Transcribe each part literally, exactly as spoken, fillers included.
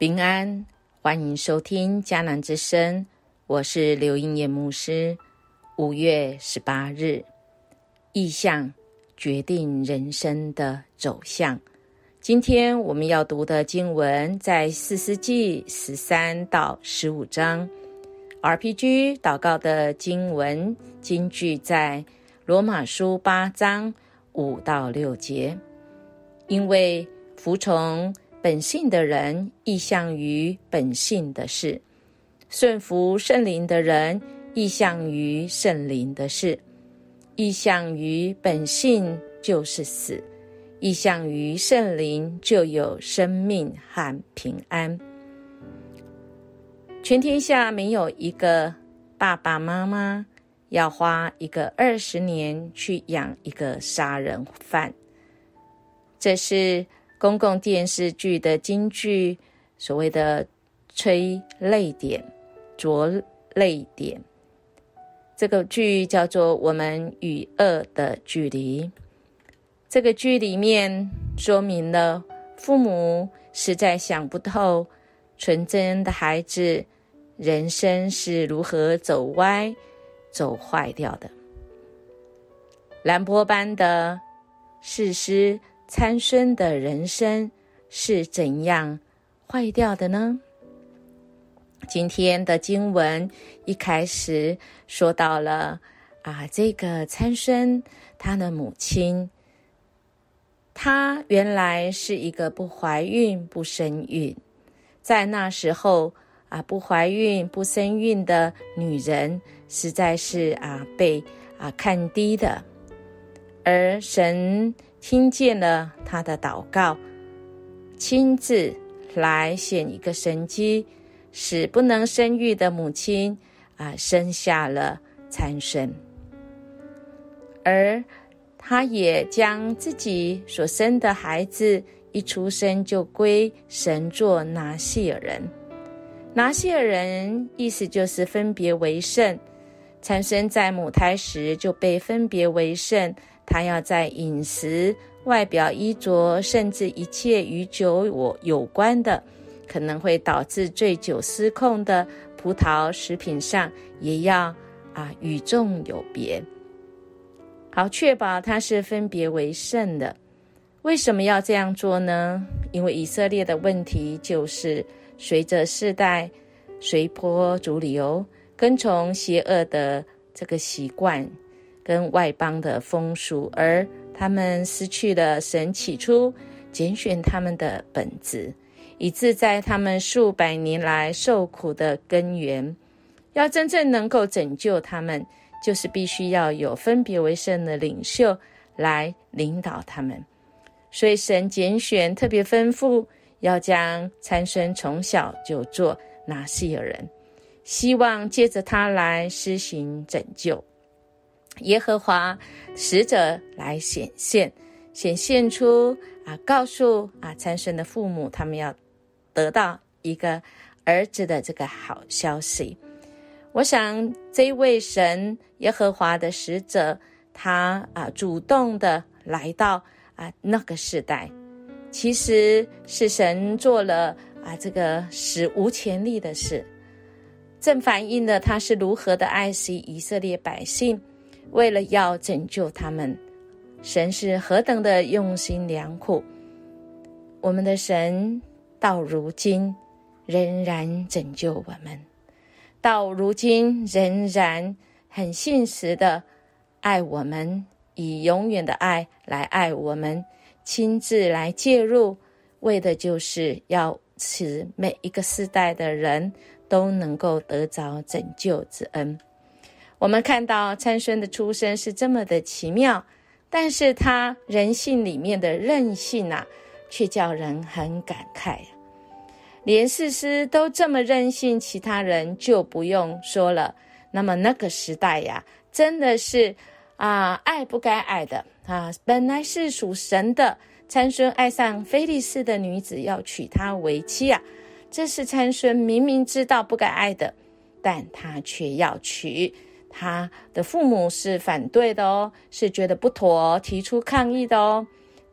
平安，欢迎收听迦南之声，我是刘英燕牧师。五月十八日，意象决定人生的走向。今天我们要读的经文在士师记十三到十五章。R P G 祷告的经文金句在罗马书八章五到六节。因为服从本性的人意向于本性的事，顺服圣灵的人意向于圣灵的事。意向于本性就是死，意向于圣灵就有生命和平安。全天下没有一个爸爸妈妈要花一个二十年去养一个杀人犯。这是公共电视剧的金句，所谓的催泪点、着泪点。这个剧叫做《我们与恶的距离》。这个剧里面说明了父母实在想不透纯真的孩子人生是如何走歪、走坏掉的。兰波般的士师参孙的人生是怎样坏掉的呢？今天的经文一开始说到了啊，这个参孙他的母亲，她原来是一个不怀孕不生孕，在那时候啊，不怀孕不生孕的女人实在是啊被啊看低的，而神听见了他的祷告，亲自来显一个神迹，使不能生育的母亲啊生下了参孙，而他也将自己所生的孩子一出生就归神做拿细尔人。拿细尔人意思就是分别为圣，参孙在母胎时就被分别为圣，他要在饮食、外表衣着，甚至一切与酒有关的可能会导致醉酒失控的葡萄食品上也要啊与众有别，好确保它是分别为圣的。为什么要这样做呢？因为以色列的问题就是随着世代随波逐流，跟从邪恶的这个习惯跟外邦的风俗，而他们失去了神起初拣选他们的本质，以致在他们数百年来受苦的根源。要真正能够拯救他们，就是必须要有分别为圣的领袖来领导他们。所以神拣选特别吩咐要将参孙从小就做拿细尔人，希望借着他来施行拯救。耶和华使者来显现，显现出啊，告诉啊参孙的父母，他们要得到一个儿子的这个好消息。我想这一位神耶和华的使者，他啊主动的来到啊那个时代，其实是神做了啊这个史无前例的事，正反映了他是如何的爱惜以色列百姓，为了要拯救他们，神是何等的用心良苦。我们的神到如今仍然拯救我们，到如今仍然很信实的爱我们，以永远的爱来爱我们，亲自来介入，为的就是要使每一个世代的人都能够得着拯救之恩。我们看到参孙的出生是这么的奇妙，但是他人性里面的韧性啊，却叫人很感慨。连士师都这么任性，其他人就不用说了。那么那个时代呀，真的是啊，爱不该爱的啊，本来是属神的，参孙爱上非利士的女子，要娶她为妻啊。这是参孙明明知道不该爱的，但他却要娶。他的父母是反对的哦，是觉得不妥，提出抗议的哦。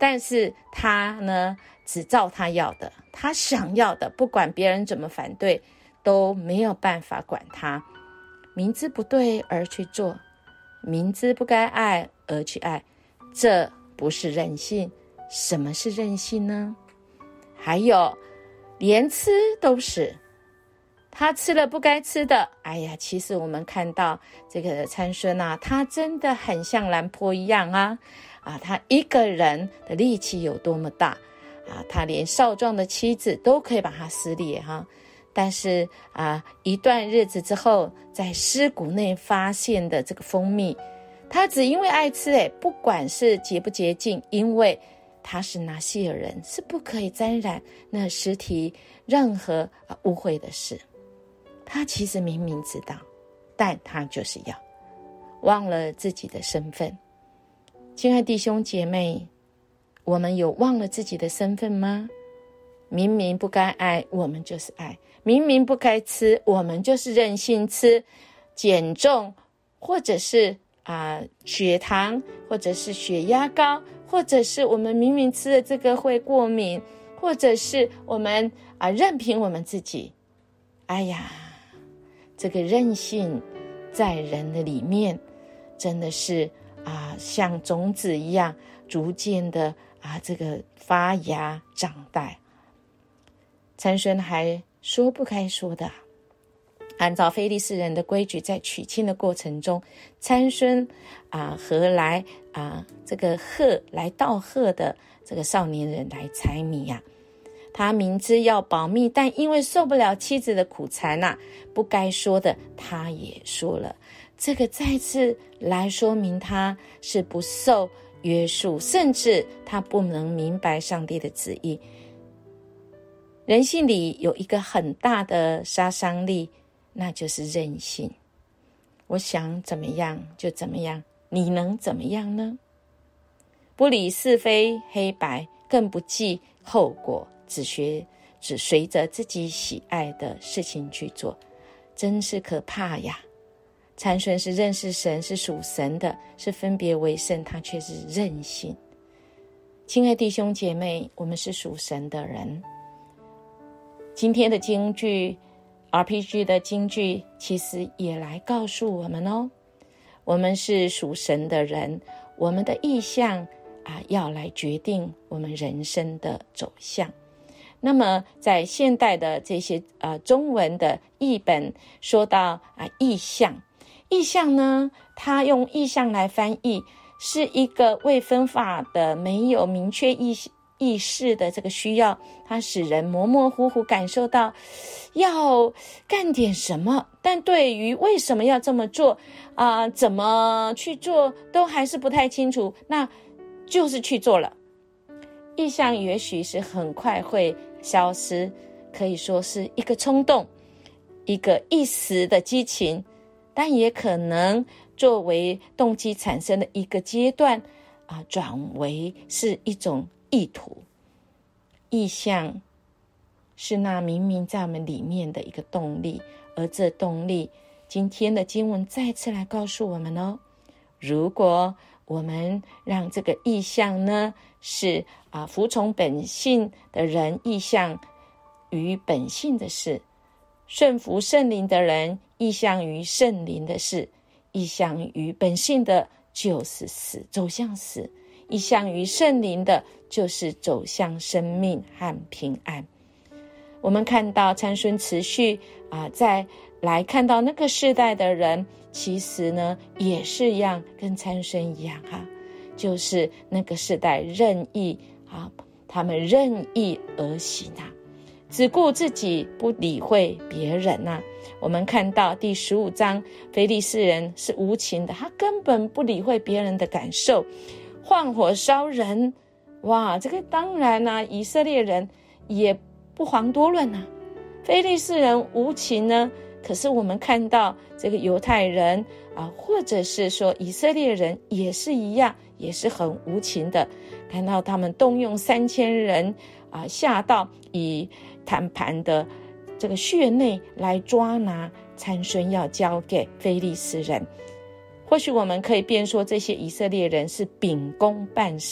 但是他呢只照他要的，他想要的，不管别人怎么反对都没有办法管他，明知不对而去做，明知不该爱而去爱，这不是任性。什么是任性呢？还有连吃都是他吃了不该吃的。哎呀，其实我们看到这个参孙啊，他真的很像兰坡一样啊啊，他一个人的力气有多么大啊，他连少壮的妻子都可以把他撕裂哈。但是啊，一段日子之后，在尸骨内发现的这个蜂蜜，他只因为爱吃，诶，不管是洁不洁净，因为他是拿细尔人，是不可以沾染那尸体任何、啊、污秽的事。他其实明明知道，但他就是要忘了自己的身份。亲爱弟兄姐妹，我们有忘了自己的身份吗？明明不该爱，我们就是爱；明明不该吃，我们就是任性吃，减重，或者是啊、呃、血糖，或者是血压高，或者是我们明明吃了这个会过敏，或者是我们啊、呃、任凭我们自己。哎呀，这个任性在人的里面，真的是啊、呃、像种子一样，逐渐的啊这个发芽长大。参孙还说不该说的，按照非利士人的规矩，在娶亲的过程中，参孙啊和来啊这个贺来道贺的这个少年人来猜谜呀、啊，他明知要保密，但因为受不了妻子的苦缠呐、啊，不该说的他也说了。这个再次来说明他是不受约束，甚至他不能明白上帝的旨意。人性里有一个很大的杀伤力，那就是任性。我想怎么样就怎么样，你能怎么样呢？不理是非黑白，更不计后果，只学只随着自己喜爱的事情去做，真是可怕呀！参孙是认识神，是属神的，是分别为圣，他却是任性。亲爱弟兄姐妹，我们是属神的人。今天的京剧 R P G 的京剧其实也来告诉我们哦，我们是属神的人，我们的意向啊要来决定我们人生的走向。那么在现代的这些呃中文的译本说到啊意向，意向呢，它用意向来翻译，是一个未分法的没有明确意意识的这个需要，它使人模模糊糊感受到要干点什么，但对于为什么要这么做啊、呃，怎么去做都还是不太清楚，那就是去做了。意向也许是很快会消失，可以说是一个冲动，一个一时的激情，但也可能作为动机产生的一个阶段啊，转为是一种意图。意向是那明明在我们里面的一个动力，而这动力今天的经文再次来告诉我们哦，如果我们让这个意向呢是啊服从本性的人，意向于本性的事，顺服圣灵的人，意向于圣灵的事，意向于本性的就是死，走向死，意向于圣灵的就是走向生命和平安。我们看到参孙持续啊，在来看到那个世代的人，其实呢也是一样，跟参孙一样啊，就是那个世代任意啊，他们任意而行啊，只顾自己，不理会别人啊。我们看到第十五章，非利士人是无情的，他根本不理会别人的感受，放火烧人。哇，这个当然啊，以色列人也不遑多论啊。非利士人无情呢，可是我们看到这个犹太人啊，或者是说以色列人也是一样，也是很无情的。看到他们动用三千人啊，下到以谈判的这个穴内来抓拿参孙，要交给非利士人。或许我们可以辩说，这些以色列人是秉公办事，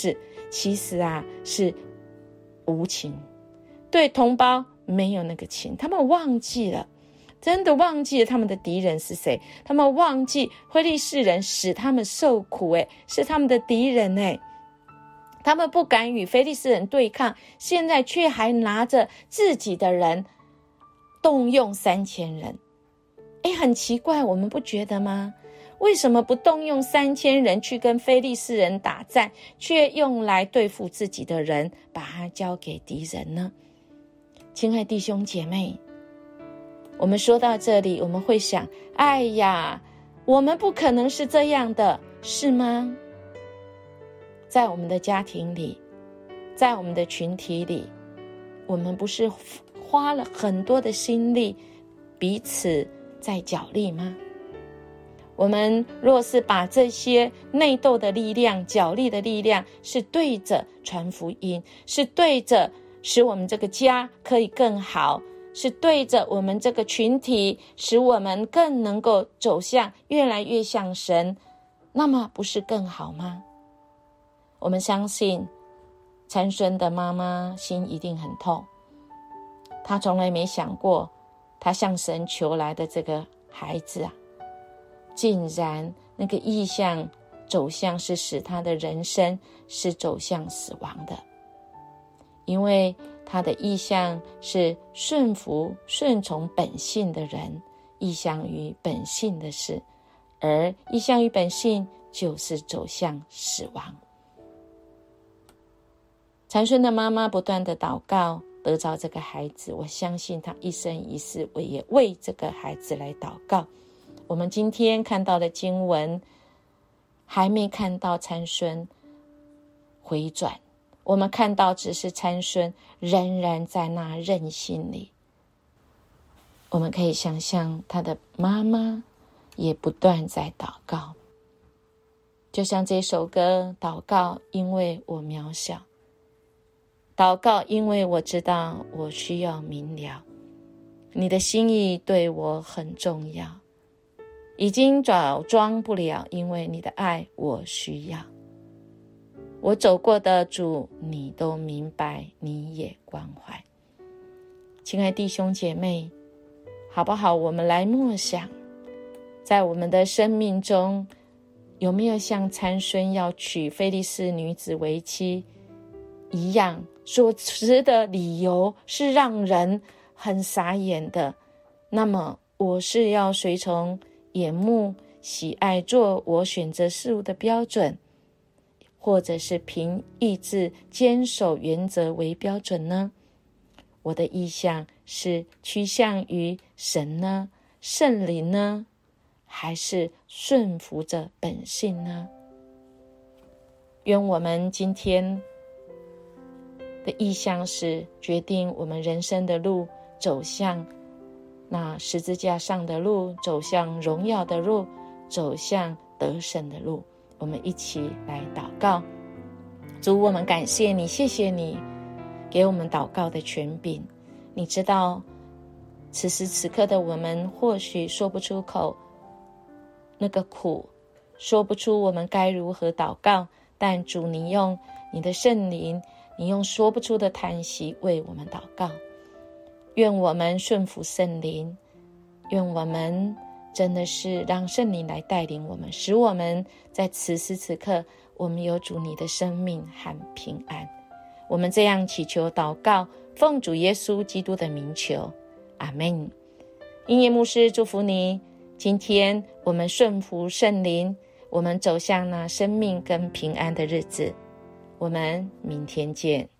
其实啊是无情，对同胞没有那个情，他们忘记了，真的忘记了他们的敌人是谁，他们忘记非利士人使他们受苦，诶，是他们的敌人，诶，他们不敢与非利士人对抗，现在却还拿着自己的人动用三千人。诶，很奇怪，我们不觉得吗？为什么不动用三千人去跟非利士人打战，却用来对付自己的人，把它交给敌人呢？亲爱弟兄姐妹，我们说到这里，我们会想，哎呀，我们不可能是这样的，是吗？在我们的家庭里，在我们的群体里，我们不是花了很多的心力彼此在角力吗？我们若是把这些内斗的力量、角力的力量，是对着传福音，是对着使我们这个家可以更好，是对着我们这个群体，使我们更能够走向越来越像神，那么不是更好吗？我们相信参孙的妈妈心一定很痛，她从来没想过，她向神求来的这个孩子啊，竟然那个意向走向是使他的人生是走向死亡的，因为他的意向是顺服顺从本性的人，意向于本性的事，而意向于本性就是走向死亡。参孙的妈妈不断的祷告，得着这个孩子，我相信他一生一世我也为这个孩子来祷告。我们今天看到的经文还没看到参孙回转，我们看到只是参孙仍然在那任性里。我们可以想象他的妈妈也不断在祷告，就像这首歌，祷告因为我渺小，祷告因为我知道我需要明了，你的心意对我很重要，已经找装不了，因为你的爱我需要，我走过的主你都明白，你也关怀。亲爱弟兄姐妹，好不好？我们来默想，在我们的生命中，有没有像参孙要娶非利士女子为妻一样，所持的理由是让人很傻眼的？那么我是要随从眼目喜爱做我选择事物的标准，或者是凭意志坚守原则为标准呢？我的意向是趋向于神呢，圣灵呢，还是顺服着本性呢？愿我们今天的意向是决定我们人生的路，走向那十字架上的路，走向荣耀的路，走向得胜的路。我们一起来祷告。主，我们感谢你，谢谢你给我们祷告的权柄。你知道此时此刻的我们或许说不出口那个苦，说不出我们该如何祷告，但主，你用你的圣灵，你用说不出的叹息为我们祷告。愿我们顺服圣灵，愿我们真的是让圣灵来带领我们，使我们在此时此刻我们有主你的生命和平安。我们这样祈求祷告，奉主耶稣基督的名求，阿们。音乐牧师祝福你，今天我们顺服圣灵，我们走向那生命跟平安的日子。我们明天见。